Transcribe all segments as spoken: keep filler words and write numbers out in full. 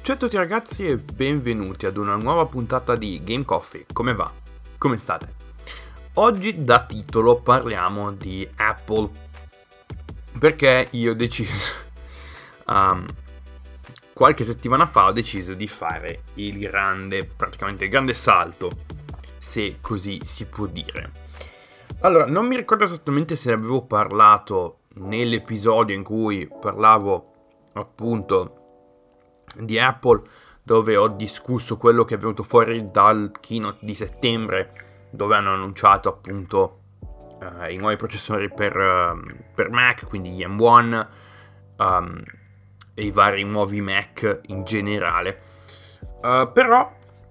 Ciao a tutti ragazzi e benvenuti ad una nuova puntata di Game Coffee. Come va? Come state? Oggi da titolo parliamo di Apple, perché io ho deciso um, qualche settimana fa ho deciso di fare il grande, praticamente il grande salto, se così si può dire. Allora, non mi ricordo esattamente se avevo parlato nell'episodio in cui parlavo appunto di Apple, dove ho discusso quello che è venuto fuori dal keynote di settembre, dove hanno annunciato appunto uh, i nuovi processori per, uh, per Mac, quindi gli M uno um, e i vari nuovi Mac in generale. Uh, però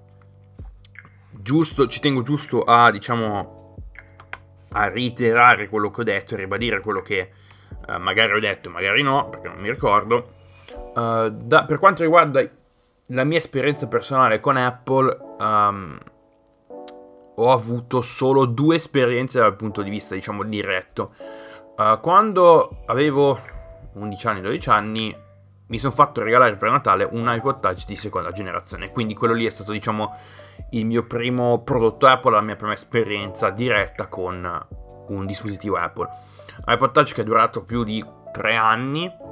giusto, ci tengo giusto a diciamo a reiterare quello che ho detto, a ribadire quello che uh, magari ho detto, magari no, perché non mi ricordo. Uh, da, per quanto riguarda la mia esperienza personale con Apple, um, ho avuto solo due esperienze dal punto di vista, diciamo, diretto. Uh, quando avevo undici anni, dodici anni, mi sono fatto regalare per Natale un iPod Touch di seconda generazione, quindi quello lì è stato, diciamo, il mio primo prodotto Apple, la mia prima esperienza diretta con un dispositivo Apple. iPod Touch che è durato più di tre anni,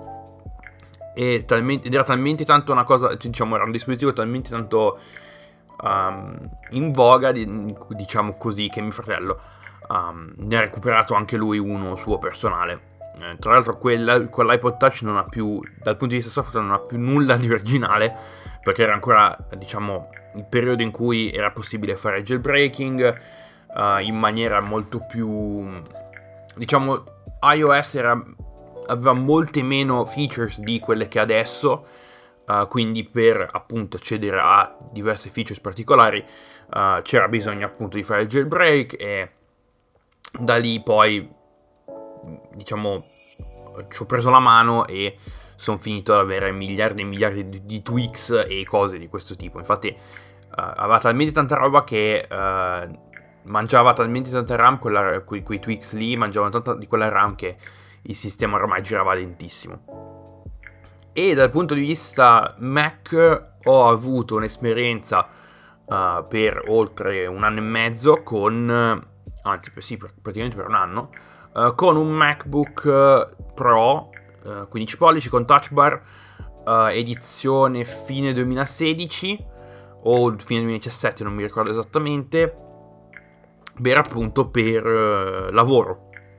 e talmente, ed era talmente tanto una cosa, diciamo, era un dispositivo talmente tanto um, in voga, di, diciamo così, che mio fratello um, ne ha recuperato anche lui uno suo personale. Eh, tra l'altro quella, quell'iPod Touch non ha più, dal punto di vista software, non ha più nulla di originale, perché era ancora, diciamo, il periodo in cui era possibile fare jailbreaking uh, in maniera molto più, diciamo, iOS era... aveva molte meno features di quelle che adesso, uh, quindi per appunto accedere a diverse features particolari uh, c'era bisogno appunto di fare il jailbreak, e da lì poi diciamo ci ho preso la mano e sono finito ad avere miliardi e miliardi di, di tweaks e cose di questo tipo. Infatti uh, aveva talmente tanta roba che uh, mangiava talmente tanta RAM, quella, quei, quei tweaks lì mangiavano tanta di quella RAM che il sistema ormai girava lentissimo. E dal punto di vista Mac ho avuto un'esperienza uh, per oltre un anno e mezzo con, anzi per, sì, praticamente per un anno, uh, con un MacBook Pro uh, quindici pollici con Touch Bar, uh, edizione fine duemilasedici o fine duemiladiciassette, non mi ricordo esattamente, per appunto per uh, lavoro.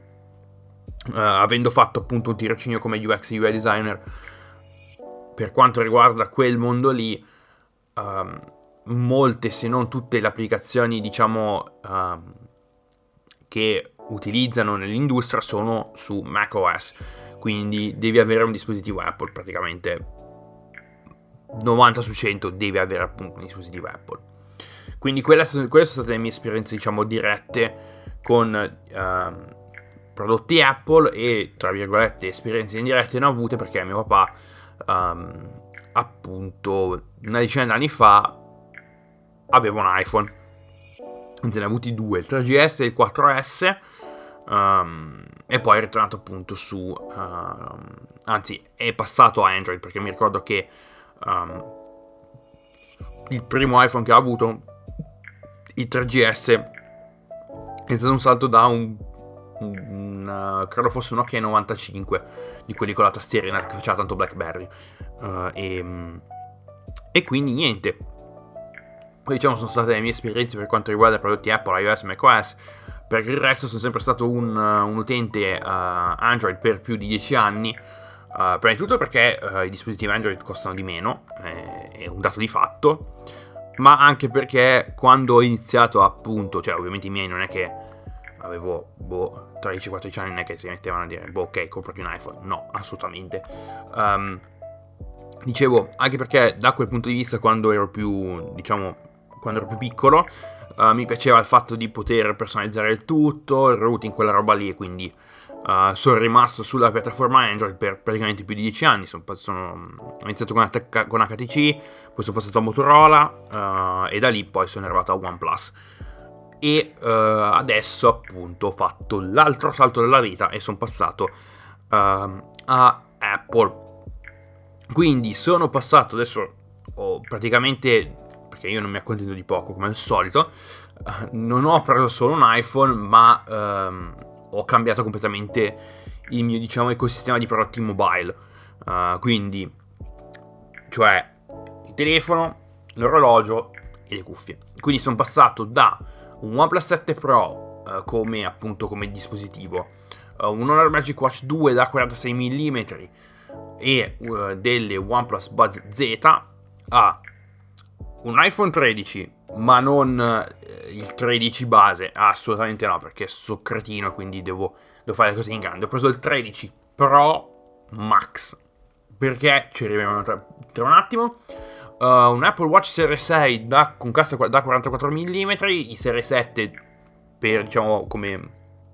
Uh, avendo fatto appunto un tirocinio come U X e U I designer, per quanto riguarda quel mondo lì, um, molte se non tutte le applicazioni, diciamo, um, che utilizzano nell'industria sono su macOS, quindi devi avere un dispositivo Apple, praticamente novanta su cento devi avere appunto un dispositivo Apple. Quindi quelle, quelle sono state le mie esperienze, diciamo, dirette con um, prodotti Apple, e tra virgolette esperienze indirette ne ho avute perché mio papà um, appunto una decina di anni fa aveva un iPhone, ne ha avuti due, il tre G S e il quattro S, um, e poi è ritornato appunto su um, anzi è passato a Android, perché mi ricordo che um, il primo iPhone che ha avuto, il tre G S, è stato un salto da un Una, credo fosse un Nokia novantacinque, di quelli con la tastierina che faceva tanto BlackBerry, uh, e, e quindi niente, poi diciamo sono state le mie esperienze per quanto riguarda i prodotti Apple, iOS, macOS. Per il resto sono sempre stato un, un utente uh, Android per più di dieci anni, uh, prima di tutto perché uh, i dispositivi Android costano di meno, è, è un dato di fatto, ma anche perché quando ho iniziato appunto, cioè ovviamente i miei non è che avevo boh, tredici quattordici anni, non è che si mettevano a dire boh, ok, comprati un iPhone, no, assolutamente. Um, dicevo, anche perché da quel punto di vista, quando ero più, diciamo, quando ero più piccolo, uh, mi piaceva il fatto di poter personalizzare il tutto, il routing, quella roba lì, e quindi uh, sono rimasto sulla piattaforma Android per praticamente più di dieci anni. Sono, sono, ho iniziato con, con H T C, poi sono passato a Motorola, uh, e da lì poi sono arrivato a OnePlus. E uh, adesso appunto ho fatto l'altro salto della vita e sono passato uh, a Apple. Quindi sono passato, adesso ho praticamente, perché io non mi accontento di poco come al solito, uh, non ho preso solo un iPhone, ma um, ho cambiato completamente il mio, diciamo, ecosistema di prodotti mobile. Uh, quindi, cioè, il telefono, l'orologio e le cuffie. Quindi sono passato da un OnePlus sette Pro uh, come appunto come dispositivo, uh, un Honor Magic Watch due da quarantasei millimetri e uh, delle OnePlus Buds Z a un iPhone tredici, ma non uh, il tredici base, assolutamente no, perché sono cretino, quindi devo, devo fare le cose in grande. Ho preso il tredici Pro Max, perché ci arriviamo tra, tra un attimo. Uh, un Apple Watch Series sei da, con cassa da quarantaquattro millimetri, i Series sette, per, diciamo, come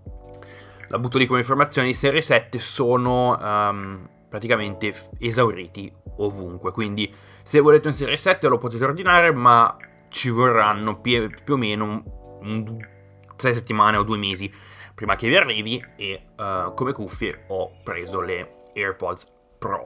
la butto lì come informazione, i Series sette sono um, praticamente f- esauriti ovunque, quindi se volete un Series sette lo potete ordinare, ma ci vorranno più, più o meno un, un, sei settimane o due mesi prima che vi arrivi. E uh, come cuffie ho preso le AirPods Pro.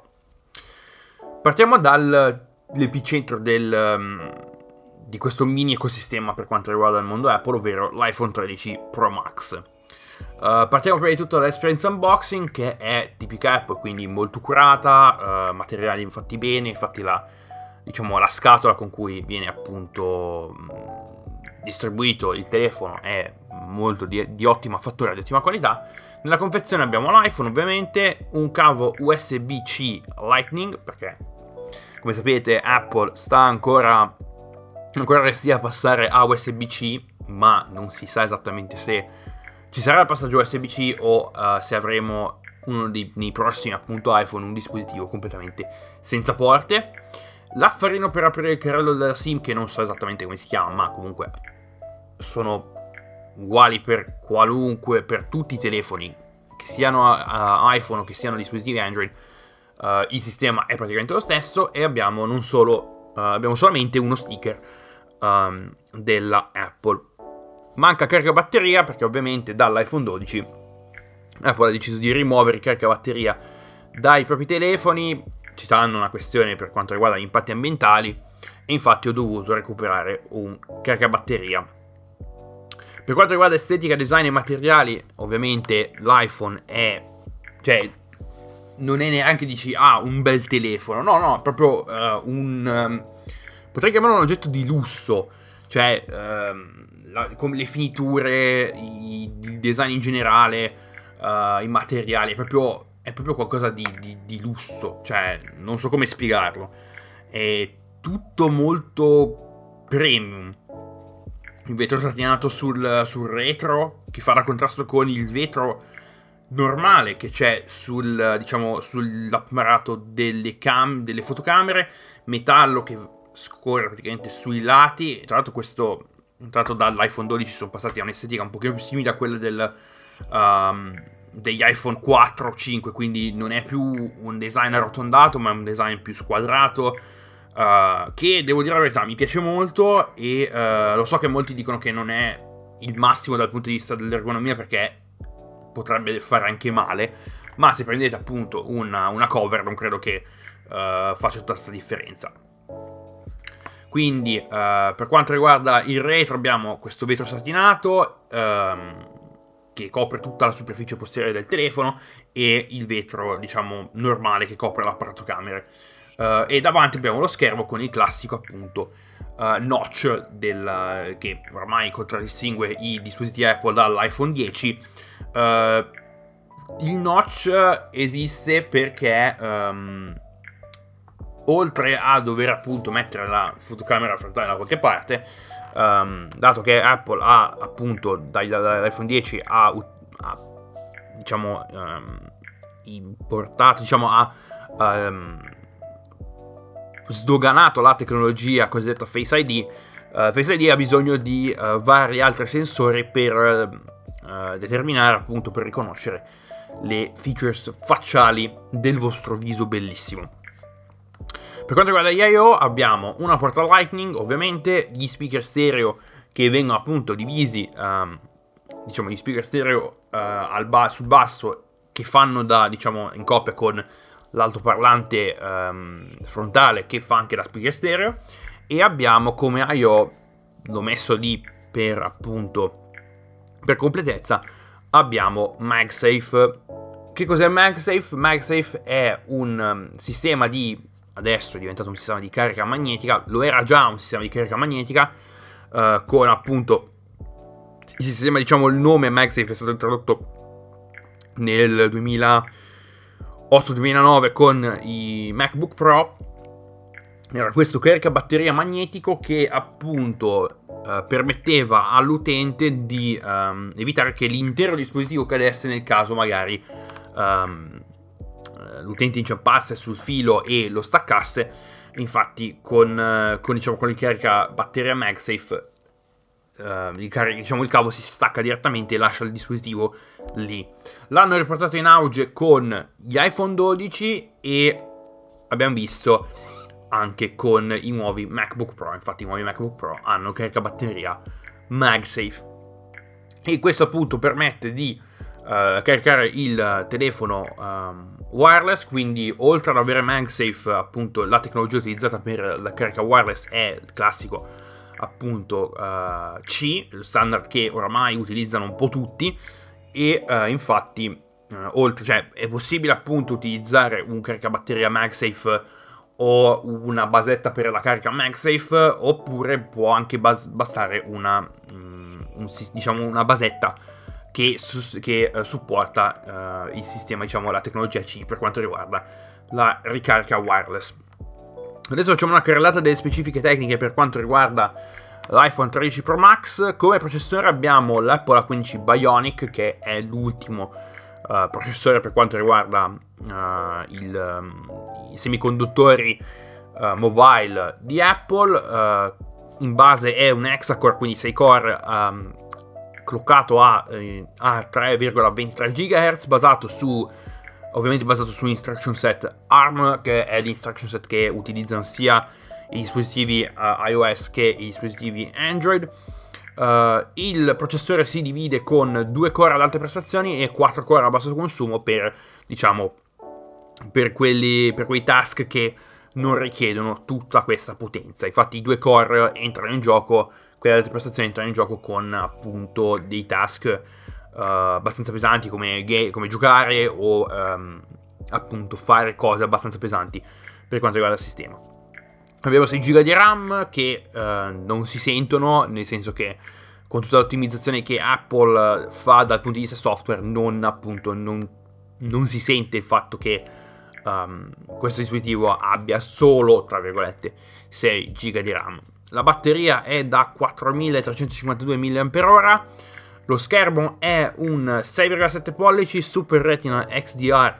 Partiamo dall'epicentro del, um, di questo mini ecosistema per quanto riguarda il mondo Apple, ovvero l'iPhone tredici Pro Max. Uh, partiamo prima di tutto dall'esperience unboxing, che è tipica Apple, quindi molto curata, uh, materiali fatti bene, infatti la, diciamo, la scatola con cui viene appunto mh, distribuito il telefono è molto di, di ottima fattura, di ottima qualità. Nella confezione abbiamo l'iPhone, ovviamente, un cavo U S B C Lightning, perché come sapete Apple sta ancora ancora resti a passare a U S B C, ma non si sa esattamente se ci sarà il passaggio U S B C o uh, se avremo uno dei, nei prossimi appunto iPhone un dispositivo completamente senza porte. L'affarino per aprire il carrello della SIM, che non so esattamente come si chiama, ma comunque sono uguali per qualunque, per tutti i telefoni, che siano uh, iPhone o che siano dispositivi Android. Uh, il sistema è praticamente lo stesso, e abbiamo non solo uh, abbiamo solamente uno sticker um, della Apple. Manca caricabatteria, perché ovviamente dall'iPhone dodici Apple ha deciso di rimuovere il caricabatteria dai propri telefoni, citando una questione per quanto riguarda gli impatti ambientali, e infatti ho dovuto recuperare un caricabatteria. Per quanto riguarda estetica, design e materiali, ovviamente l'iPhone è, cioè, non è neanche, dici, ah, un bel telefono. No, no, proprio uh, un... Um, potrei chiamarlo un oggetto di lusso. Cioè, um, la, come le finiture, i, il design in generale, uh, i materiali, è proprio, è proprio qualcosa di, di, di lusso. Cioè, non so come spiegarlo. È tutto molto premium. Il vetro satinato sul, sul retro, che fa da contrasto con il vetro normale che c'è sul, diciamo, sull'apparato delle cam, delle fotocamere, metallo che scorre praticamente sui lati. Tra l'altro questo, tra l'altro dall'iPhone dodici sono passati a un'estetica un pochino più simile a quella del, um, degli iPhone quattro o cinque, quindi non è più un design arrotondato, ma è un design più squadrato, uh, che devo dire la verità mi piace molto. E uh, lo so che molti dicono che non è il massimo dal punto di vista dell'ergonomia, perché potrebbe fare anche male, ma se prendete appunto una, una cover non credo che uh, faccia tutta questa differenza. Quindi uh, per quanto riguarda il retro abbiamo questo vetro satinato um, che copre tutta la superficie posteriore del telefono, e il vetro, diciamo, normale che copre l'apparato camere, uh, e davanti abbiamo lo schermo con il classico appunto uh, notch del, che ormai contraddistingue i dispositivi Apple dall'iPhone dieci. Uh, il notch esiste perché um, oltre a dover appunto mettere la fotocamera frontale da qualche parte, um, dato che Apple ha appunto dall'iPhone dieci ha, ha diciamo um, importato, diciamo ha um, sdoganato la tecnologia cosiddetta Face I D. uh, Face I D ha bisogno di uh, vari altri sensori per uh, Uh, determinare, appunto, per riconoscere le features facciali del vostro viso bellissimo. Per quanto riguarda gli I O abbiamo una porta Lightning, ovviamente gli speaker stereo che vengono appunto divisi, um, diciamo gli speaker stereo uh, al ba- sul basso, che fanno da, diciamo, in coppia con l'altoparlante um, frontale che fa anche da speaker stereo, e abbiamo, come I O, l'ho messo lì per appunto per completezza, abbiamo MagSafe. Che cos'è MagSafe? MagSafe è un um, sistema di, adesso è diventato un sistema di carica magnetica, lo era già un sistema di carica magnetica uh, con appunto il sistema, diciamo, il nome MagSafe è stato introdotto nel duemilaotto duemilanove con i MacBook Pro. Era questo caricabatteria magnetico che appunto Uh, permetteva all'utente di um, evitare che l'intero dispositivo cadesse nel caso magari um, l'utente inciampasse sul filo e lo staccasse. Infatti con, uh, con, diciamo, con il caricabatteria MagSafe uh, il, car- diciamo, il cavo si stacca direttamente e lascia il dispositivo lì. L'hanno riportato in auge con gli iPhone dodici e abbiamo visto anche con i nuovi MacBook Pro. Infatti i nuovi MacBook Pro hanno caricabatteria MagSafe e questo appunto permette di uh, caricare il telefono um, wireless. Quindi oltre ad avere MagSafe, appunto la tecnologia utilizzata per la carica wireless è il classico appunto uh, C, il standard che oramai utilizzano un po' tutti, e uh, infatti uh, oltre, cioè è possibile appunto utilizzare un caricabatteria MagSafe o una basetta per la carica MagSafe, oppure può anche bas- bastare una um, un, diciamo una basetta che, su- che uh, supporta uh, il sistema, diciamo la tecnologia C per quanto riguarda la ricarica wireless. Adesso facciamo una carrellata delle specifiche tecniche per quanto riguarda l'iPhone tredici Pro Max. Come processore abbiamo l'Apple A quindici Bionic, che è l'ultimo uh, processore per quanto riguarda uh, il, um, i semiconduttori uh, mobile di Apple. Uh, in base è un hexacore, quindi sei core, um, clockato a, eh, a tre virgola ventitré gigahertz, basato su ovviamente basato su instruction set A R M, che è l'instruction set che utilizzano sia i dispositivi uh, iOS che i dispositivi Android. Uh, il processore si divide con due core ad alte prestazioni e quattro core a basso consumo per, diciamo, per quelli, per quei task che non richiedono tutta questa potenza. Infatti i due core entrano in gioco, quelle ad alte prestazioni entrano in gioco con appunto dei task Uh, abbastanza pesanti come, ga- come giocare o um, appunto fare cose abbastanza pesanti per quanto riguarda il sistema. Abbiamo sei giga di RAM che uh, non si sentono, nel senso che con tutta l'ottimizzazione che Apple fa dal punto di vista software non appunto non, non si sente il fatto che um, questo dispositivo abbia solo tra virgolette sei giga di RAM. La batteria è da quattromilatrecentocinquantadue milliamperi ora. Lo schermo è un sei virgola sette pollici Super Retina X D R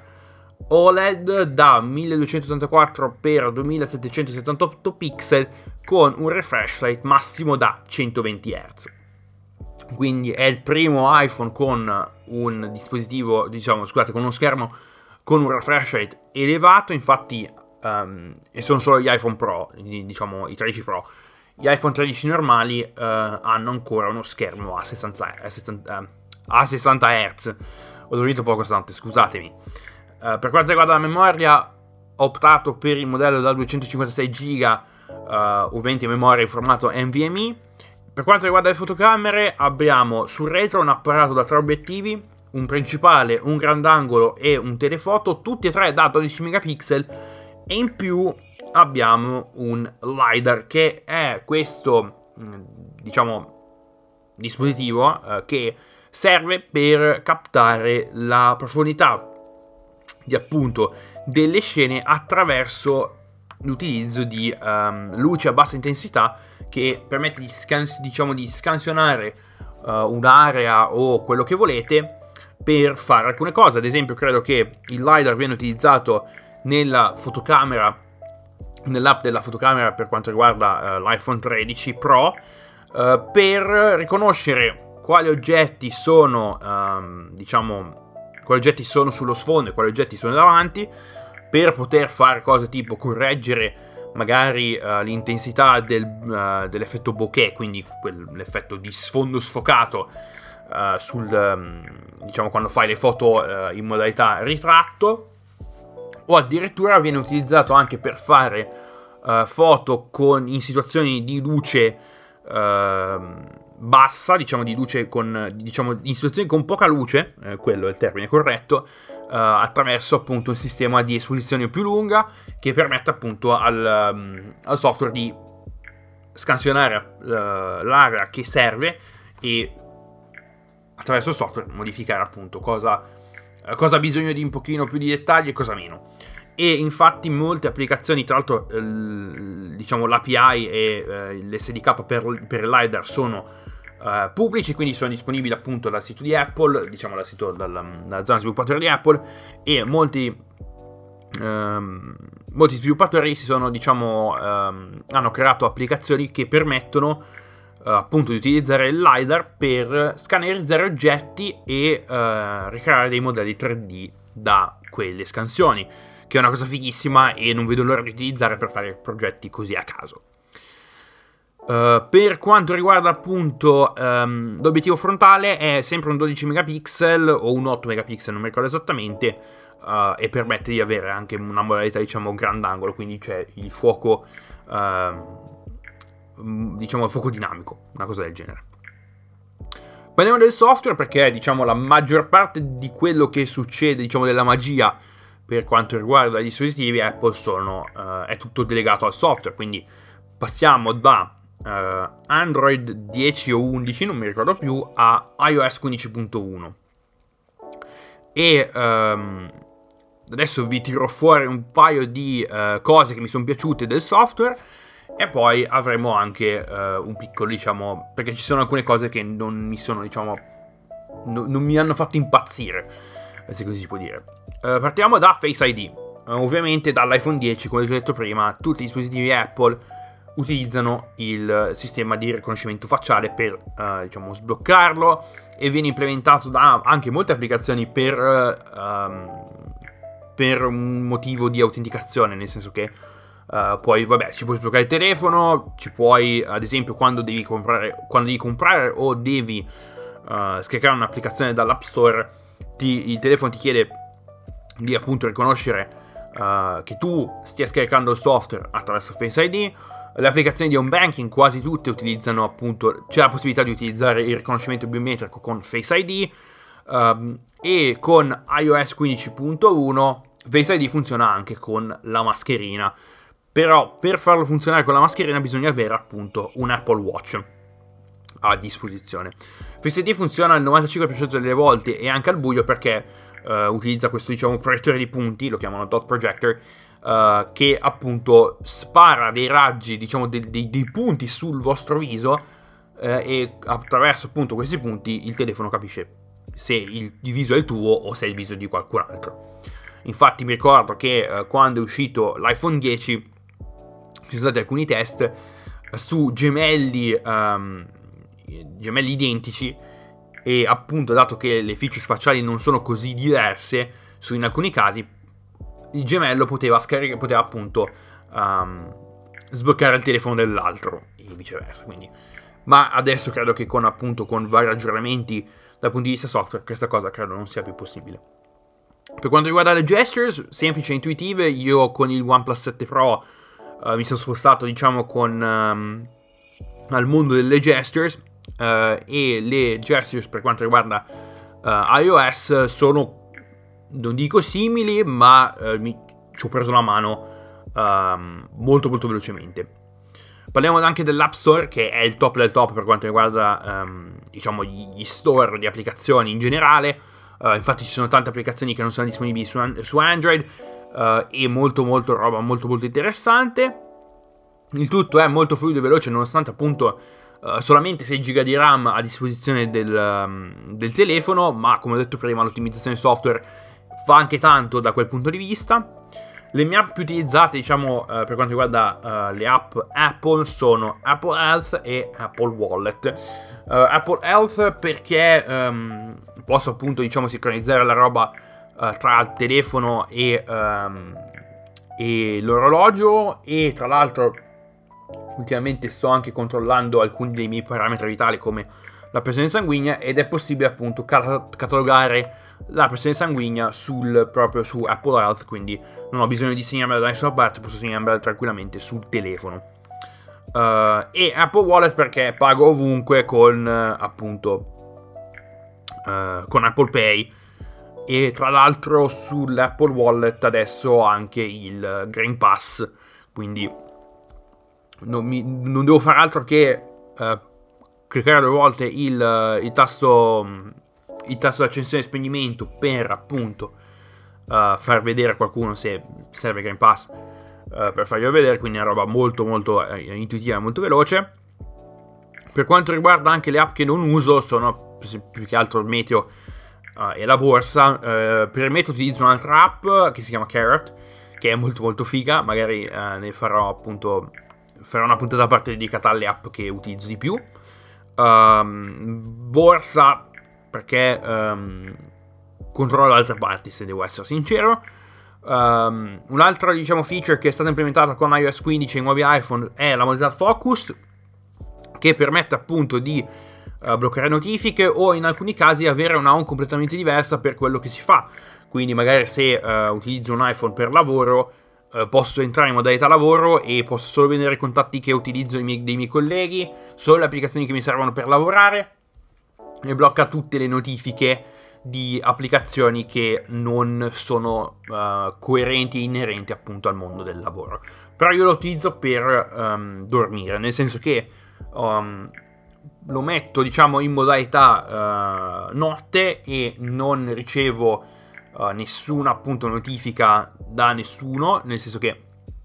O L E D da milleduecentottantaquattro per duemilasettecentosettantotto pixel con un refresh rate massimo da centoventi hertz. Quindi è il primo iPhone con un dispositivo, diciamo, scusate, con uno schermo con un refresh rate elevato. Infatti, um, e sono solo gli iPhone Pro, diciamo i tredici Pro. Gli iPhone tredici normali uh, hanno ancora uno schermo a sessanta hertz. Ho dormito poco stanotte, scusatemi. Uh, per quanto riguarda la memoria, ho optato per il modello da duecentocinquantasei giga, uh, ovviamente memoria in formato NVMe. Per quanto riguarda le fotocamere, abbiamo sul retro un apparato da tre obiettivi, un principale, un grandangolo e un telefoto, tutti e tre da dodici megapixel, e in più abbiamo un LiDAR, che è questo, diciamo, dispositivo eh, che serve per captare la profondità di appunto delle scene attraverso l'utilizzo di um, luce a bassa intensità, che permette di, scan- diciamo, di scansionare uh, un'area o quello che volete per fare alcune cose. Ad esempio, credo che il LiDAR viene utilizzato nella fotocamera, nell'app della fotocamera per quanto riguarda uh, l'iPhone tredici Pro, uh, per riconoscere quali oggetti sono, um, diciamo, quali oggetti sono sullo sfondo e quali oggetti sono davanti, per poter fare cose tipo correggere magari uh, l'intensità del, uh, dell'effetto bokeh, quindi quell'effetto di sfondo sfocato uh, sul, um, diciamo, quando fai le foto uh, in modalità ritratto. o addirittura viene utilizzato anche per fare uh, foto con, in situazioni di luce uh, bassa, diciamo di luce con, diciamo in situazioni con poca luce, eh, quello è il termine corretto, uh, attraverso appunto un sistema di esposizione più lunga che permette appunto al, um, al software di scansionare uh, l'area che serve e attraverso il software modificare appunto cosa, uh, cosa ha bisogno di un pochino più di dettagli e cosa meno. E infatti molte applicazioni, tra l'altro eh, diciamo l'A P I e eh, l'S D K per, per il LiDAR sono eh, pubblici, quindi sono disponibili appunto dal sito di Apple, diciamo dal sito dalla, dalla zona sviluppatore di Apple, e molti ehm, molti sviluppatori si sono diciamo ehm, hanno creato applicazioni che permettono eh, appunto di utilizzare il LiDAR per scannerizzare oggetti e eh, ricreare dei modelli tre D da quelle scansioni, che è una cosa fighissima e non vedo l'ora di utilizzare per fare progetti così a caso. Uh, per quanto riguarda appunto um, l'obiettivo frontale, è sempre un dodici megapixel o un otto megapixel, non mi ricordo esattamente, uh, e permette di avere anche una modalità diciamo grandangolo, quindi c'è il fuoco uh, diciamo il fuoco dinamico, una cosa del genere. Parliamo del software, perché diciamo la maggior parte di quello che succede, diciamo della magia per quanto riguarda gli dispositivi Apple sono, uh, è tutto delegato al software, quindi passiamo da uh, Android dieci o undici, non mi ricordo più, a iOS quindici punto uno. E um, adesso vi tiro fuori un paio di uh, cose che mi sono piaciute del software, e poi avremo anche uh, un piccolo, diciamo, perché ci sono alcune cose che non mi sono, diciamo, no, non mi hanno fatto impazzire, se così si può dire. Uh, partiamo da Face I D. Uh, ovviamente dall'iPhone dieci, come ho detto prima, tutti i dispositivi Apple utilizzano il sistema di riconoscimento facciale per uh, diciamo sbloccarlo, e viene implementato da anche molte applicazioni per, uh, um, per un motivo di autenticazione, nel senso che uh, poi vabbè ci puoi sbloccare il telefono, ci puoi ad esempio quando devi comprare, quando devi comprare o devi uh, scaricare un'applicazione dall'App Store, ti, il telefono ti chiede di appunto riconoscere uh, che tu stia scaricando il software attraverso Face I D. Le applicazioni di home banking quasi tutte utilizzano appunto, c'è la possibilità di utilizzare il riconoscimento biometrico con Face I D, um, e con iOS quindici punto uno Face I D funziona anche con la mascherina, però per farlo funzionare con la mascherina bisogna avere appunto un Apple Watch a disposizione. Face I D funziona il novantacinque per cento delle volte e anche al buio, perché Uh, utilizza questo diciamo proiettore di punti, lo chiamano dot projector, uh, che appunto spara dei raggi, diciamo dei, dei, dei punti sul vostro viso, uh, e attraverso appunto questi punti il telefono capisce se il, il viso è il tuo o se è il viso di qualcun altro. Infatti mi ricordo che uh, quando è uscito l'iPhone dieci ci sono stati alcuni test uh, su gemelli um, gemelli identici, e appunto dato che le features facciali non sono così diverse, su in alcuni casi il gemello poteva scaricare, poteva appunto um, sbloccare il telefono dell'altro e viceversa. Quindi, ma adesso credo che con appunto con vari aggiornamenti dal punto di vista software questa cosa credo non sia più possibile. Per quanto riguarda le gestures, semplici e intuitive, io con il OnePlus sette Pro uh, mi sono spostato diciamo con um, al mondo delle gestures. Uh, e le gestures per quanto riguarda uh, iOS sono, non dico simili, ma uh, mi, ci ho preso la mano um, molto molto velocemente. Parliamo anche dell'App Store, che è il top del top per quanto riguarda um, diciamo gli store di applicazioni in generale. Uh, infatti ci sono tante applicazioni che non sono disponibili su, su Android, uh, e molto molto roba molto molto interessante. Il tutto è molto fluido e veloce, nonostante appunto Uh, solamente sei giga di RAM a disposizione del, um, del telefono, ma come ho detto prima l'ottimizzazione software fa anche tanto da quel punto di vista. Le mie app più utilizzate diciamo uh, per quanto riguarda uh, le app Apple sono Apple Health e Apple Wallet. uh, Apple Health perché um, posso appunto diciamo sincronizzare la roba uh, tra il telefono e, um, e l'orologio, e tra l'altro ultimamente sto anche controllando alcuni dei miei parametri vitali come la pressione sanguigna, ed è possibile appunto cat- catalogare la pressione sanguigna sul, proprio su Apple Health, quindi non ho bisogno di segnarmela da nessuna parte, posso segnarmela tranquillamente sul telefono. Uh, e Apple Wallet perché pago ovunque con uh, appunto uh, con Apple Pay, e tra l'altro sull'Apple Wallet adesso ho anche il Green Pass, quindi non, mi, non devo fare altro che uh, cliccare due volte il, il tasto il tasto di accensione e spegnimento per appunto uh, far vedere a qualcuno se serve Green Pass, uh, per farglielo vedere, quindi è una roba molto molto uh, intuitiva e molto veloce. Per quanto riguarda anche le app che non uso, sono più che altro il meteo uh, e la borsa. Uh, per il meteo utilizzo un'altra app che si chiama Carrot, che è molto molto figa, magari uh, ne farò appunto farò una puntata a parte dedicata alle app che utilizzo di più. Um, borsa perché um, controllo le altre parti, se devo essere sincero. Um, un'altra diciamo feature che è stata implementata con iOS quindici e i nuovi iPhone è la modalità focus, che permette appunto di uh, bloccare notifiche o in alcuni casi avere una home completamente diversa per quello che si fa. Quindi magari se uh, utilizzo un iPhone per lavoro, uh, posso entrare in modalità lavoro e posso solo vedere i contatti che utilizzo dei miei, dei miei colleghi, solo le applicazioni che mi servono per lavorare, e blocca tutte le notifiche di applicazioni che non sono uh, coerenti e inerenti appunto al mondo del lavoro. Però io lo utilizzo per um, dormire, nel senso che um, lo metto diciamo in modalità uh, notte e non ricevo uh, nessuna appunto notifica da nessuno, nel senso che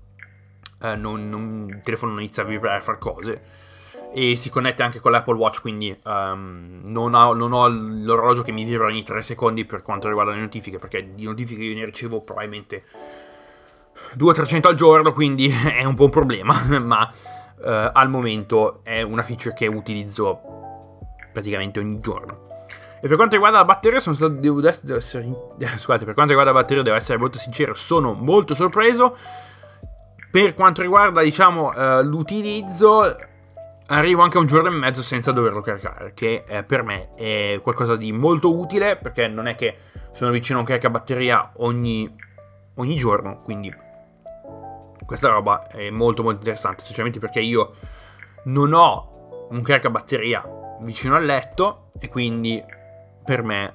uh, non, non, il telefono non inizia a vibrare a fare cose, e si connette anche con l'Apple Watch, quindi um, non, ho, non ho l'orologio che mi vibra ogni tre secondi per quanto riguarda le notifiche, perché di notifiche io ne ricevo probabilmente duecento trecento al giorno, quindi è un po' un problema, ma uh, al momento è una feature che utilizzo praticamente ogni giorno. E per quanto riguarda la batteria, sono stato, devo essere, scusate, per quanto riguarda la batteria devo essere molto sincero, sono molto sorpreso. Per quanto riguarda diciamo uh, l'utilizzo, arrivo anche a un giorno e mezzo senza doverlo caricare, che eh, per me è qualcosa di molto utile, perché non è che sono vicino a un caricabatteria ogni, ogni giorno, quindi questa roba è molto molto interessante, specialmente perché io non ho un caricabatteria vicino al letto, e quindi per me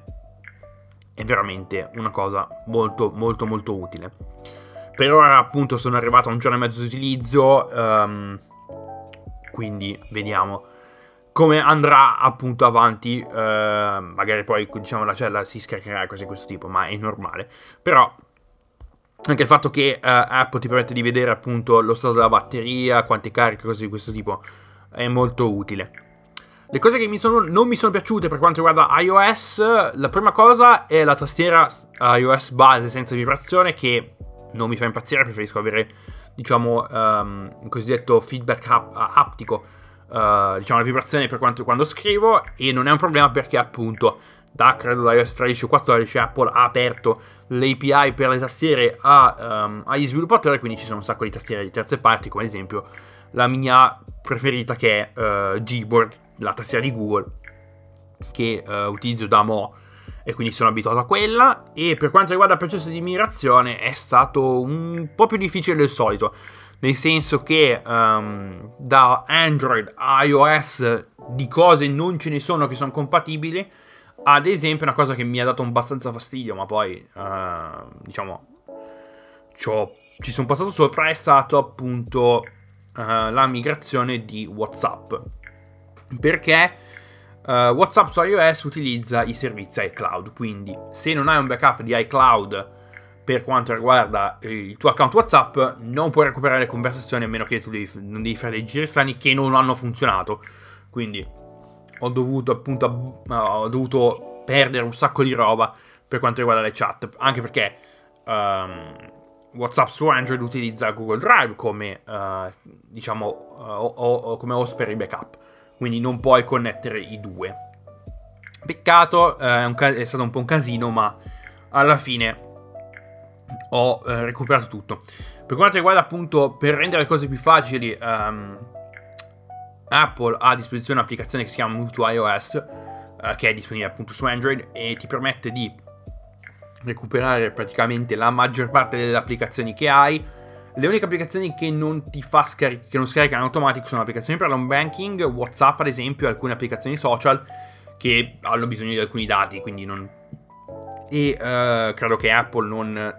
è veramente una cosa molto molto molto utile. Per ora appunto sono arrivato a un giorno e mezzo di utilizzo, um, quindi vediamo come andrà appunto avanti. Uh, magari poi diciamo la cella si scaricherà, cose di questo tipo, ma è normale. Però anche il fatto che uh, Apple ti permette di vedere appunto lo stato della batteria, quante cariche, cose di questo tipo, è molto utile. Le cose che mi sono, non mi sono piaciute per quanto riguarda iOS, la prima cosa è la tastiera iOS base senza vibrazione, che non mi fa impazzire. Preferisco avere diciamo um, il cosiddetto feedback hap- haptico, uh, diciamo la vibrazione per quanto quando scrivo, e non è un problema perché appunto da credo da iOS tredici o quattordici Apple ha aperto l'A P I per le tastiere a, um, agli sviluppatori, quindi ci sono un sacco di tastiere di terze parti, come ad esempio la mia preferita che è uh, Gboard, la tastiera di Google, che uh, utilizzo da mo', e quindi sono abituato a quella. E per quanto riguarda il processo di migrazione è stato un po' più difficile del solito, nel senso che um, da Android a iOS di cose non ce ne sono che sono compatibili. Ad esempio una cosa che mi ha dato abbastanza fastidio, ma poi uh, diciamo ci sono passato sopra, è stato appunto uh, la migrazione di WhatsApp, perché Uh, WhatsApp su iOS utilizza i servizi iCloud, quindi se non hai un backup di iCloud per quanto riguarda il tuo account WhatsApp, non puoi recuperare le conversazioni, a meno che tu devi, non devi fare dei giri strani che non hanno funzionato. Quindi ho dovuto appunto uh, ho dovuto perdere un sacco di roba per quanto riguarda le chat, anche perché um, WhatsApp su Android utilizza Google Drive come uh, diciamo uh, o, o, come host per i backup, quindi non puoi connettere i due. Peccato, eh, è, un ca- è stato un po' un casino, ma alla fine ho eh, recuperato tutto. Per quanto riguarda appunto, per rendere le cose più facili, um, Apple ha a disposizione un'applicazione che si chiama Move to iOS, eh, che è disponibile appunto su Android e ti permette di recuperare praticamente la maggior parte delle applicazioni che hai. Le uniche applicazioni che non ti fa scaric- che non scaricano in automatico sono applicazioni per l'home banking, WhatsApp ad esempio, alcune applicazioni social che hanno bisogno di alcuni dati, quindi non... e uh, credo che Apple non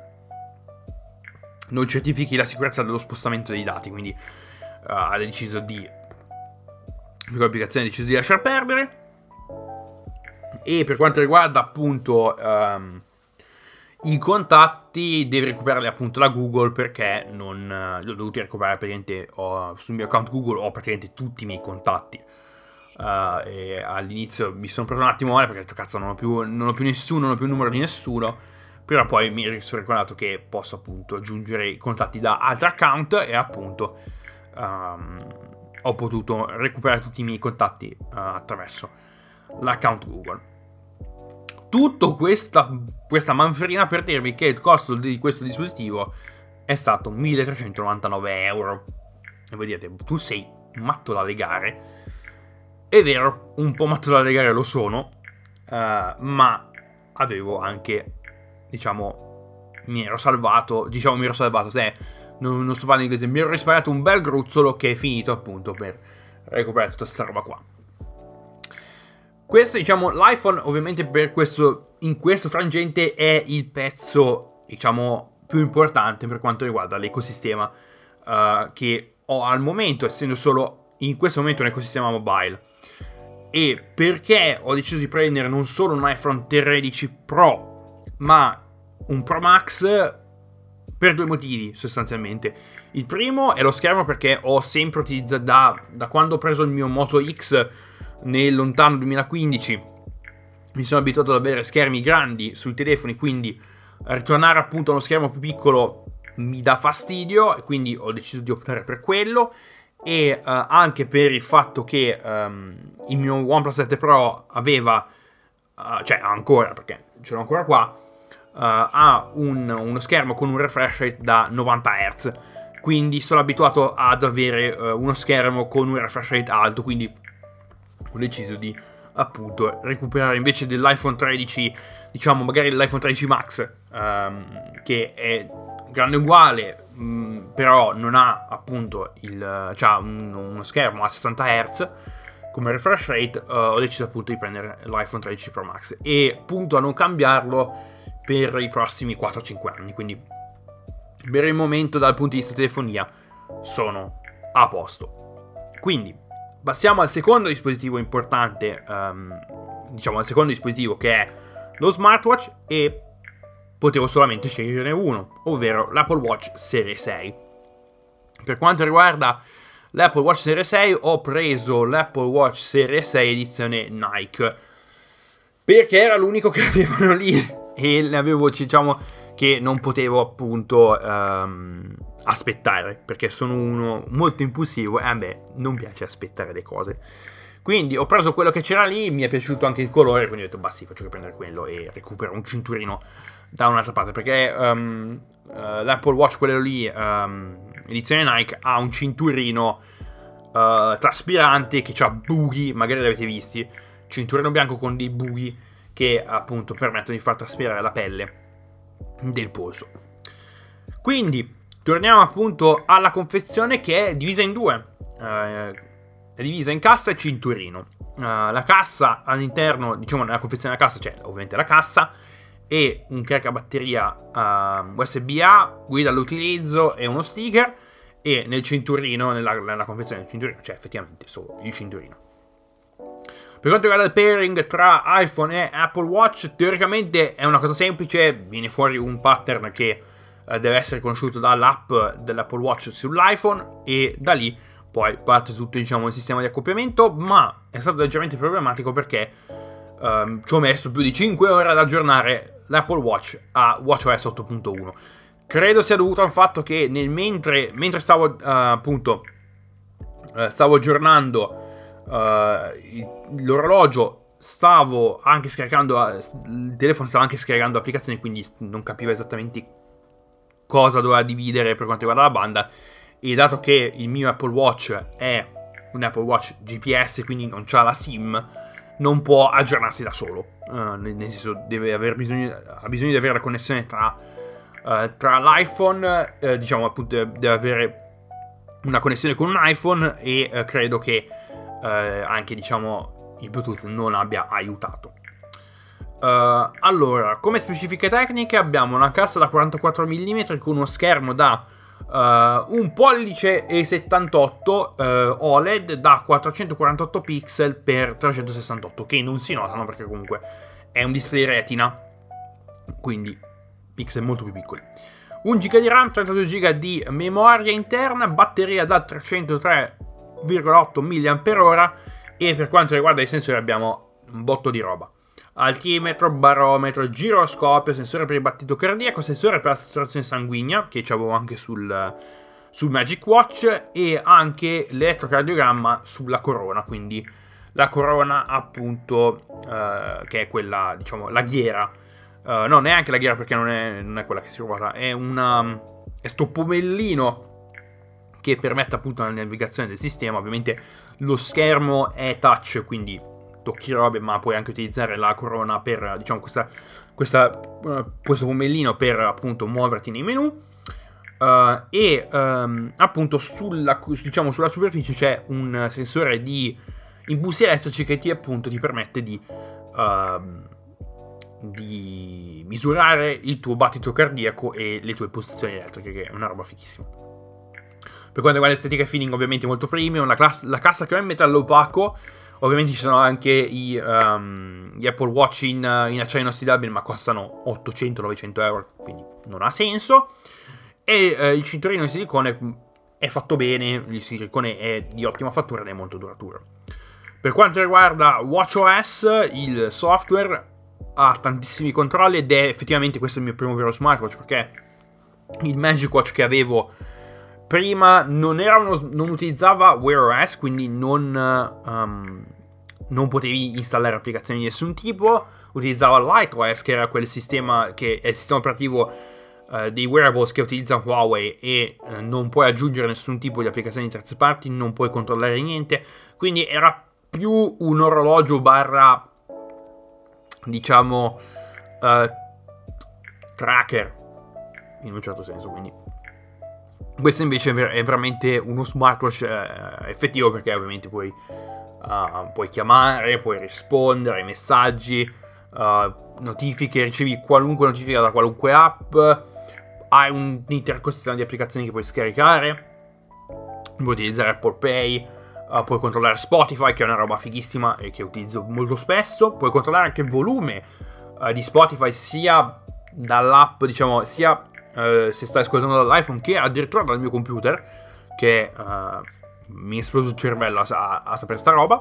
non certifichi la sicurezza dello spostamento dei dati, quindi uh, ha deciso di per l'applicazione ha deciso di lasciar perdere. E per quanto riguarda appunto um, i contatti, devi recuperarli appunto da Google, perché non uh, li ho dovuti recuperare praticamente ho, sul mio account Google ho praticamente tutti i miei contatti. Uh, e all'inizio mi sono preso un attimo male perché ho detto cazzo non ho più, non ho più nessuno, non ho più il numero di nessuno, però poi mi sono ricordato che posso appunto aggiungere i contatti da altri account e appunto um, ho potuto recuperare tutti i miei contatti uh, attraverso l'account Google. Tutto questa, questa manfrina per dirvi che il costo di questo dispositivo è stato milletrecentonovantanove euro. E voi dite, tu sei matto da legare. È vero, un po' matto da legare lo sono, uh, ma avevo anche, diciamo, mi ero salvato, diciamo mi ero salvato, se non, non sto parlando inglese, mi ero risparmiato un bel gruzzolo che è finito appunto per recuperare tutta sta roba qua. Questo, diciamo, l'iPhone ovviamente per questo, in questo frangente è il pezzo, diciamo, più importante per quanto riguarda l'ecosistema uh, che ho al momento, essendo solo in questo momento un ecosistema mobile. E perché ho deciso di prendere non solo un iPhone tredici Pro, ma un Pro Max, per due motivi sostanzialmente. Il primo è lo schermo, perché ho sempre utilizzato da, da quando ho preso il mio Moto X nel lontano duemilaquindici, mi sono abituato ad avere schermi grandi sui telefoni, quindi ritornare appunto a uno schermo più piccolo mi dà fastidio, e quindi ho deciso di optare per quello. E uh, anche per il fatto che um, il mio OnePlus sette Pro aveva, uh, cioè ancora, perché ce l'ho ancora qua, uh, ha un, uno schermo con un refresh rate da novanta hertz, quindi sono abituato ad avere uh, uno schermo con un refresh rate alto, quindi ho deciso di appunto recuperare invece dell'iPhone tredici, diciamo magari l'iPhone tredici Max, um, che è grande uguale, mh, però non ha appunto il c'ha un, uno schermo a sessanta hertz come refresh rate. uh, ho deciso appunto di prendere l'iPhone tredici Pro Max e punto a non cambiarlo per i prossimi quattro cinque anni, quindi per il momento dal punto di vista telefonia sono a posto. Quindi passiamo al secondo dispositivo importante, um, diciamo al secondo dispositivo, che è lo smartwatch, e potevo solamente sceglierne uno, ovvero l'Apple Watch Serie sei. Per quanto riguarda l'Apple Watch Serie sei, ho preso l'Apple Watch Serie sei edizione Nike, perché era l'unico che avevano lì e ne avevo, diciamo, che non potevo appunto um, aspettare, perché sono uno molto impulsivo e a me non piace aspettare le cose. Quindi ho preso quello che c'era lì, mi è piaciuto anche il colore, quindi ho detto basta, faccio che prendere quello e recupero un cinturino da un'altra parte, perché um, uh, l'Apple Watch, quello lì, um, edizione Nike, ha un cinturino uh, traspirante che ha buchi, magari l'avete visti, cinturino bianco con dei buchi che appunto permettono di far traspirare la pelle del polso. Quindi torniamo appunto alla confezione, che è divisa in due, uh, è divisa in cassa e cinturino. Uh, la cassa all'interno, diciamo nella confezione della cassa c'è ovviamente la cassa e un caricabatteria uh, U S B A, guida all'utilizzo e uno sticker, e nel cinturino, nella, nella confezione del cinturino c'è effettivamente solo il cinturino. Per quanto riguarda il pairing tra iPhone e Apple Watch, teoricamente è una cosa semplice, viene fuori un pattern che uh, deve essere conosciuto dall'app dell'Apple Watch sull'iPhone e da lì poi parte tutto, diciamo, il sistema di accoppiamento, ma è stato leggermente problematico perché um, ci ho messo più di cinque ore ad aggiornare l'Apple Watch a WatchOS otto punto uno. Credo sia dovuto al fatto che nel mentre, mentre stavo uh, appunto uh, stavo aggiornando uh, l'orologio, stavo anche scaricando uh, il telefono stava anche scaricando applicazioni, quindi non capivo esattamente cosa doveva dividere per quanto riguarda la banda. E dato che il mio Apple Watch è un Apple Watch G P S, quindi non c'ha la SIM, non può aggiornarsi da solo, uh, nel, nel senso deve aver bisogno, ha bisogno di avere la connessione tra, uh, tra l'iPhone, uh, diciamo appunto deve avere una connessione con un iPhone e uh, credo che uh, anche diciamo il Bluetooth non abbia aiutato. Uh, allora, come specifiche tecniche abbiamo una cassa da quarantaquattro millimetri con uno schermo da uh, un pollice e settantotto uh, O L E D da quattrocentoquarantotto pixel per trecentosessantotto, che non si notano perché comunque è un display retina, quindi pixel molto più piccoli. un giga di RAM, trentadue giga di memoria interna, batteria da trecentotre virgola otto milliamperi orari e per quanto riguarda i sensori abbiamo un botto di roba. Altimetro, barometro, giroscopio, sensore per il battito cardiaco, sensore per la saturazione sanguigna, che c'avevo anche sul, sul Magic Watch, e anche l'elettrocardiogramma sulla corona, quindi la corona appunto uh, che è quella, diciamo, la ghiera, uh, no, neanche la ghiera perché non è, non è quella che si ruota, è una è sto pomellino che permette appunto la navigazione del sistema. Ovviamente lo schermo è touch, quindi tocchi robe, ma puoi anche utilizzare la corona per, diciamo, questa, questa, uh, questo pomellino per appunto muoverti nei menu. Uh, e um, appunto sulla, diciamo, sulla superficie c'è un sensore di impulsi elettrici che ti appunto ti permette di, uh, di misurare il tuo battito cardiaco e le tue pulsazioni elettriche, che è una roba fichissima. Per quanto riguarda l'estetica e feeling, ovviamente molto premium. La, class- la cassa che è in metallo opaco. Ovviamente ci sono anche i, um, gli Apple Watch in, in acciaio inossidabile, ma costano ottocento novecento euro, quindi non ha senso. E uh, il cinturino di silicone è fatto bene, il silicone è di ottima fattura ed è molto duraturo. Per quanto riguarda WatchOS, il software ha tantissimi controlli ed è effettivamente questo il mio primo vero smartwatch, perché il Magic Watch che avevo prima non, era uno, non utilizzava Wear O S, quindi non, um, non potevi installare applicazioni di nessun tipo. Utilizzava LightOS, che era quel sistema che è il sistema operativo uh, dei wearables che utilizza Huawei, e uh, non puoi aggiungere nessun tipo di applicazioni di terze parti, non puoi controllare niente. Quindi era più un orologio barra, diciamo, uh, tracker in un certo senso, quindi questo invece è veramente uno smartwatch eh, effettivo, perché ovviamente puoi, uh, puoi chiamare, puoi rispondere ai messaggi, uh, notifiche, ricevi qualunque notifica da qualunque app, hai un ecosistema di applicazioni che puoi scaricare, puoi utilizzare Apple Pay, uh, puoi controllare Spotify, che è una roba fighissima e che utilizzo molto spesso, puoi controllare anche il volume uh, di Spotify sia dall'app, diciamo, sia Uh, se stai ascoltando dall'iPhone che addirittura dal mio computer, che uh, mi è esploso il cervello a, a sapere sta roba.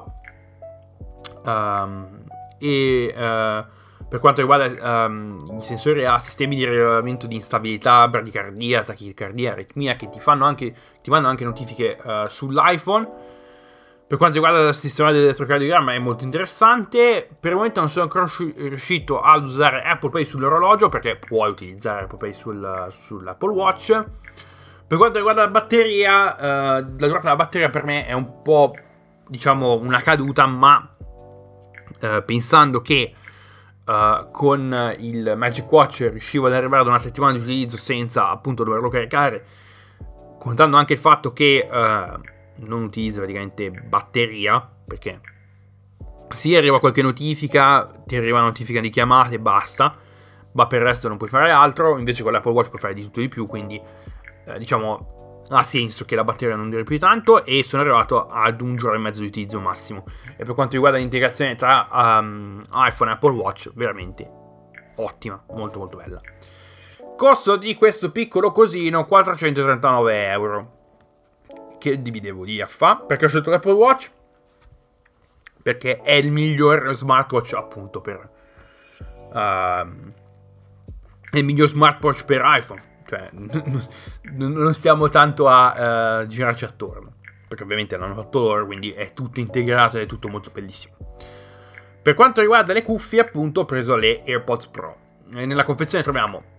Um, e uh, per quanto riguarda um, i sensori a sistemi di rilevamento di instabilità, bradicardia, tachicardia, aritmia, che ti fanno anche ti mandano anche notifiche uh, sull'iPhone. Per quanto riguarda il sistema dell'elettrocardiogramma è molto interessante. Per il momento non sono ancora riuscito ad usare Apple Pay sull'orologio, perché puoi utilizzare Apple Pay sul, sull'Apple Watch. Per quanto riguarda la batteria, eh, la durata della batteria per me è un po', diciamo, una caduta, ma eh, pensando che eh, con il Magic Watch riuscivo ad arrivare ad una settimana di utilizzo senza appunto doverlo caricare, contando anche il fatto che eh, non utilizza praticamente batteria, perché sì, arriva qualche notifica, ti arriva una notifica di chiamate e basta, ma per il resto non puoi fare altro. Invece con l'Apple Watch puoi fare di tutto di più, quindi eh, diciamo ha senso che la batteria non duri più tanto, e sono arrivato ad un giorno e mezzo di utilizzo massimo. E per quanto riguarda l'integrazione tra um, iPhone e Apple Watch, veramente ottima, molto molto bella. Costo di questo piccolo cosino quattrocentotrentanove euro. Che dividevo di a fa, perché ho scelto l'Apple Watch, perché è il miglior smartwatch appunto per uh, è il miglior smartwatch per iPhone, cioè non stiamo tanto a uh, girarci attorno, perché ovviamente l'hanno fatto loro, quindi è tutto integrato ed è tutto molto bellissimo. Per quanto riguarda le cuffie, appunto, ho preso le AirPods Pro, e nella confezione troviamo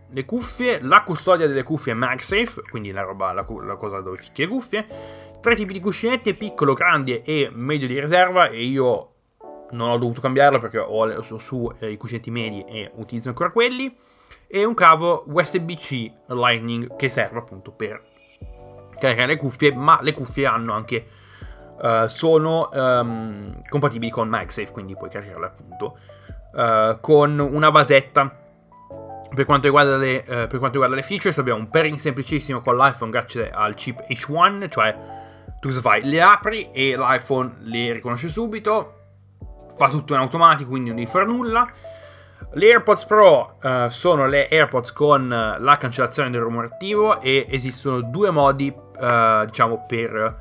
le cuffie, la custodia delle cuffie MagSafe, quindi la roba, la, la cosa dove ficchi le cuffie, tre tipi di cuscinette, piccolo, grande e medio di riserva, e io non ho dovuto cambiarlo perché ho su, su eh, i cuscinetti medi e utilizzo ancora quelli, e un cavo U S B-C Lightning che serve appunto per caricare le cuffie, ma le cuffie hanno anche uh, sono um, compatibili con MagSafe, quindi puoi caricarle appunto uh, con una basetta. Per quanto riguarda le, uh, per quanto riguarda le features, abbiamo un pairing semplicissimo con l'iPhone grazie al chip H uno, cioè tu cosa fai? Le apri e l'iPhone le riconosce subito, fa tutto in automatico, quindi non devi fare nulla. Le AirPods Pro uh, sono le AirPods con uh, la cancellazione del rumore attivo, e esistono due modi uh, diciamo per,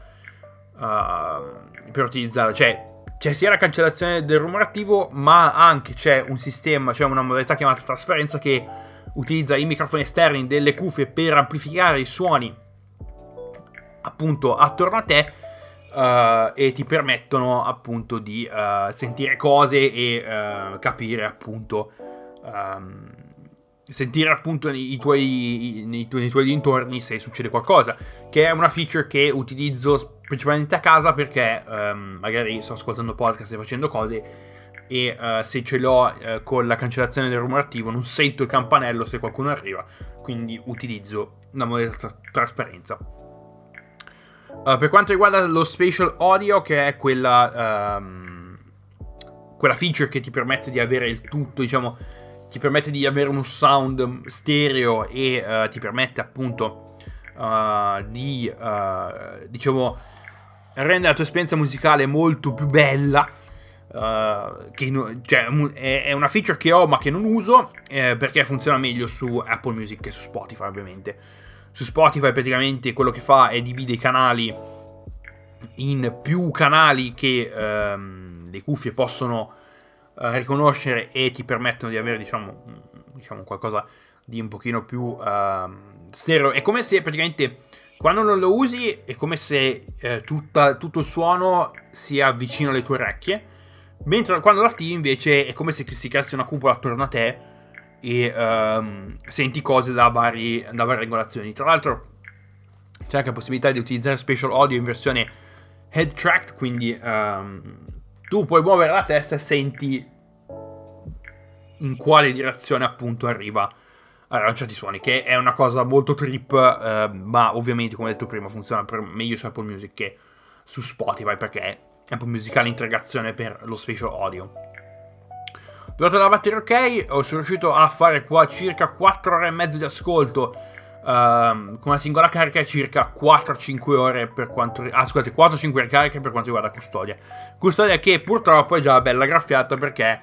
uh, per utilizzarla, cioè c'è sia la cancellazione del rumore attivo, ma anche c'è un sistema, c'è una modalità chiamata trasparenza che utilizza i microfoni esterni delle cuffie per amplificare i suoni appunto attorno a te, uh, e ti permettono appunto di uh, sentire cose e uh, capire appunto um, sentire appunto i tuoi, nei, tuoi, nei tuoi dintorni se succede qualcosa, che è una feature che utilizzo principalmente a casa perché um, magari sto ascoltando podcast e facendo cose, e uh, se ce l'ho uh, con la cancellazione del rumore attivo non sento il campanello se qualcuno arriva, quindi utilizzo una modalità trasparenza. Uh, per quanto riguarda lo spatial audio, che è quella um, quella feature che ti permette di avere il tutto, diciamo, ti permette di avere uno sound stereo e uh, ti permette appunto uh, di uh, diciamo rendere la tua esperienza musicale molto più bella. Uh, che no, cioè, è, è una feature che ho ma che non uso eh, perché funziona meglio su Apple Music che su Spotify. Ovviamente su Spotify praticamente quello che fa è divide i canali in più canali che um, le cuffie possono uh, riconoscere, e ti permettono di avere diciamo, diciamo qualcosa di un pochino più uh, stereo. È come se praticamente quando non lo usi è come se eh, tutta, tutto il suono sia vicino alle tue orecchie, mentre quando lo attivi invece è come se si creasse una cupola attorno a te e um, senti cose da, vari, da varie regolazioni. Tra l'altro c'è anche la possibilità di utilizzare spatial audio in versione head tracked, quindi um, tu puoi muovere la testa e senti in quale direzione appunto arriva a lanciare i suoni, che è una cosa molto trip, eh, ma ovviamente come detto prima funziona per meglio su Apple Music che su Spotify, perché Apple Music ha l'integrazione per lo spatial audio. Durata la batteria ok, sono riuscito a fare qua circa quattro ore e mezzo di ascolto, ehm, con una singola carica, e circa quattro cinque ore per quanto ah scusate quattro cinque ore cariche per quanto riguarda custodia custodia che purtroppo è già bella graffiata perché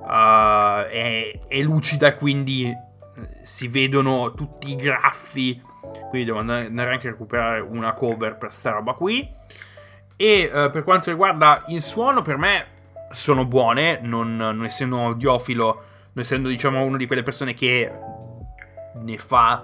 uh, è, è lucida, e quindi si vedono tutti i graffi, quindi devo andare anche a recuperare una cover per sta roba qui. E uh, per quanto riguarda il suono, per me sono buone, non, non essendo audiofilo, non essendo diciamo una di quelle persone che ne fa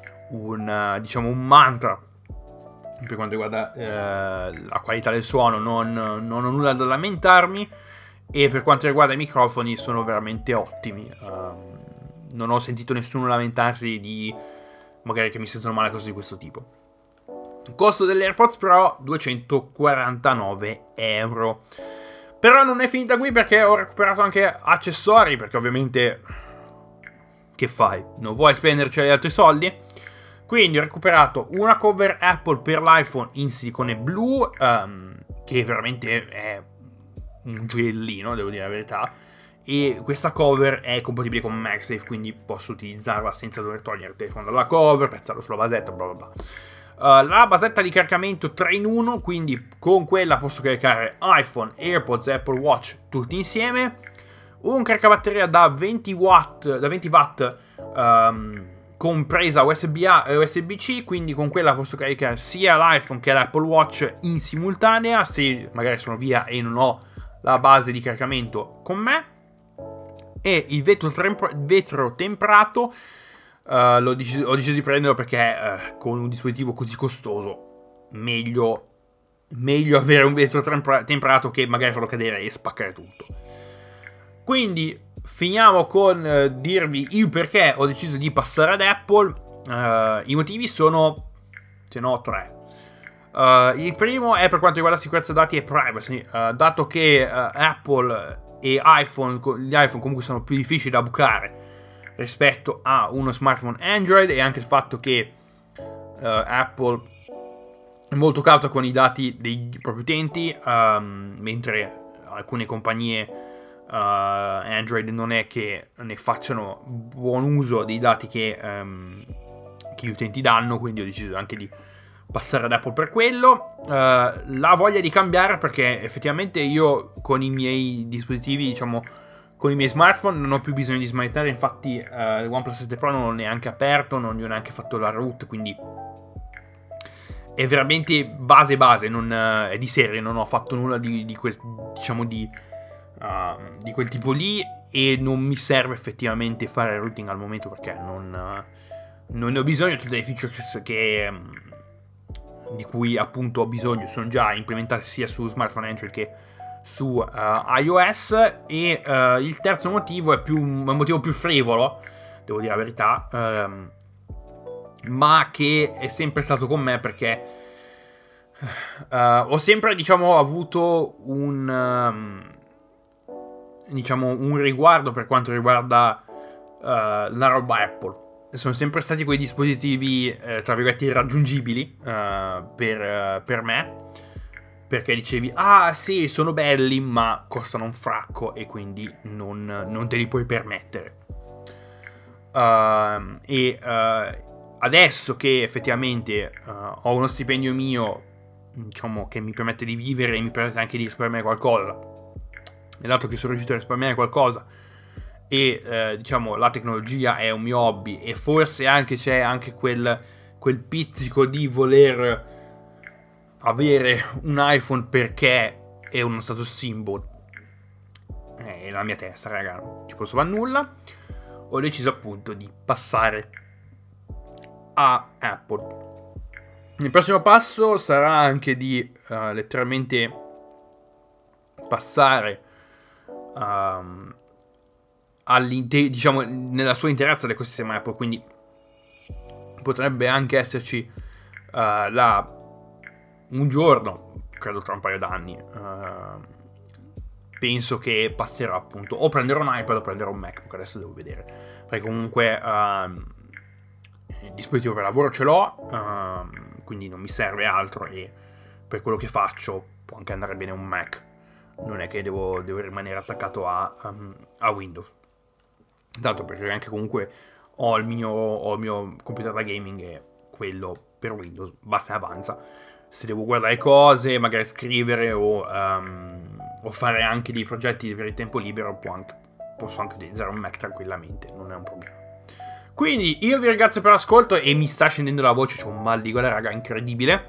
un, diciamo, un mantra per quanto riguarda uh, la qualità del suono, non, non ho nulla da lamentarmi. E per quanto riguarda i microfoni sono veramente ottimi, uh, non ho sentito nessuno lamentarsi di magari che mi sentono male, cose di questo tipo. Il costo delle AirPods Pro duecentoquarantanove euro. Però non è finita qui, perché ho recuperato anche accessori, perché ovviamente che fai? Non vuoi spenderci gli altri soldi? Quindi ho recuperato una cover Apple per l'iPhone in silicone blu, um, che veramente è un gioiellino, devo dire la verità. E questa cover è compatibile con MagSafe, quindi posso utilizzarla senza dover togliere il telefono dalla cover, piazzarlo sulla basetta, bla bla bla. Uh, la basetta di caricamento tre in uno, quindi con quella posso caricare iPhone, AirPods e Apple Watch tutti insieme. Un caricabatteria da venti watt, da venti watt um, con presa U S B A e U S B C, quindi con quella posso caricare sia l'iPhone che l'Apple Watch in simultanea, se magari sono via e non ho la base di caricamento con me. E il vetro, tremp- vetro temperato uh, l'ho deciso, ho deciso di prenderlo perché uh, con un dispositivo così costoso meglio, meglio avere un vetro tempra- temperato che magari farlo cadere e spaccare tutto. Quindi finiamo con uh, dirvi il perché ho deciso di passare ad Apple. Uh, I motivi sono, se no, tre. Uh, il primo è per quanto riguarda sicurezza dati e privacy, uh, dato che uh, Apple e iPhone, gli iPhone comunque sono più difficili da bucare rispetto a uno smartphone Android, e anche il fatto che uh, Apple è molto cauta con i dati dei propri utenti, um, mentre alcune compagnie uh, Android non è che ne facciano buon uso dei dati che, um, che gli utenti danno, quindi ho deciso anche di passare ad Apple per quello. Uh, la voglia di cambiare, perché effettivamente io con i miei dispositivi, diciamo con i miei smartphone, non ho più bisogno di smanettare. Infatti uh, il OnePlus sette Pro non l'ho neanche aperto, non gli ho neanche fatto la root, quindi è veramente base base, non, uh, è di serie, non ho fatto nulla di, di quel, diciamo di, uh, di quel tipo lì, e non mi serve effettivamente fare routing al momento, perché non, uh, non ne ho bisogno. Tutte le features che um, di cui appunto ho bisogno sono già implementate sia su smartphone Android che su uh, iOS. E uh, il terzo motivo è più un motivo più frivolo, devo dire la verità, um, ma che è sempre stato con me, perché uh, ho sempre, diciamo, avuto un um, diciamo un riguardo per quanto riguarda uh, la roba Apple. Sono sempre stati quei dispositivi eh, tra virgolette irraggiungibili uh, per, uh, per me, perché dicevi ah sì, sono belli ma costano un fracco e quindi non, non te li puoi permettere. Uh, e uh, adesso che effettivamente uh, ho uno stipendio mio, diciamo, che mi permette di vivere e mi permette anche di risparmiare qualcosa, e dato che sono riuscito a risparmiare qualcosa e eh, diciamo la tecnologia è un mio hobby, e forse anche c'è anche quel, quel pizzico di voler avere un iPhone perché è uno status symbol, è la mia testa, raga, non ci posso fare nulla. Ho deciso appunto di passare a Apple. Il prossimo passo sarà anche di uh, letteralmente passare um, diciamo nella sua interezza l'ecosistema Apple, quindi potrebbe anche esserci uh, la un giorno, credo tra un paio d'anni, uh, penso che passerò appunto, o prenderò un iPad o prenderò un MacBook, adesso devo vedere, perché comunque uh, il dispositivo per lavoro ce l'ho, uh, quindi non mi serve altro, e per quello che faccio può anche andare bene un Mac, non è che devo, devo rimanere attaccato a, um, a Windows. Tanto perché anche comunque ho il mio, ho il mio computer da gaming, e quello per Windows basta e avanza. Se devo guardare cose, magari scrivere o, um, o fare anche dei progetti per il tempo libero, può anche, posso anche utilizzare un Mac tranquillamente, non è un problema. Quindi io vi ringrazio per l'ascolto, e mi sta scendendo la voce, c'ho un mal di gola, raga, incredibile.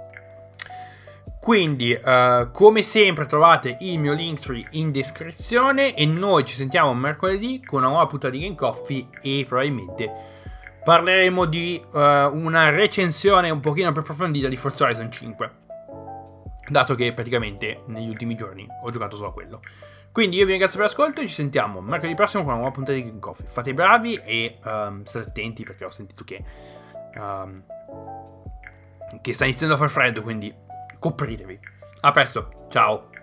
Quindi, uh, come sempre, trovate il mio Linktree in descrizione, e noi ci sentiamo mercoledì con una nuova puntata di Game Coffee, e probabilmente parleremo di uh, una recensione un pochino più approfondita di Forza Horizon cinque, dato che praticamente negli ultimi giorni ho giocato solo a quello. Quindi io vi ringrazio per l'ascolto, e ci sentiamo mercoledì prossimo con una nuova puntata di Game Coffee. Fate i bravi e um, state attenti, perché ho sentito che um, che sta iniziando a far freddo, quindi copritevi. A presto, ciao.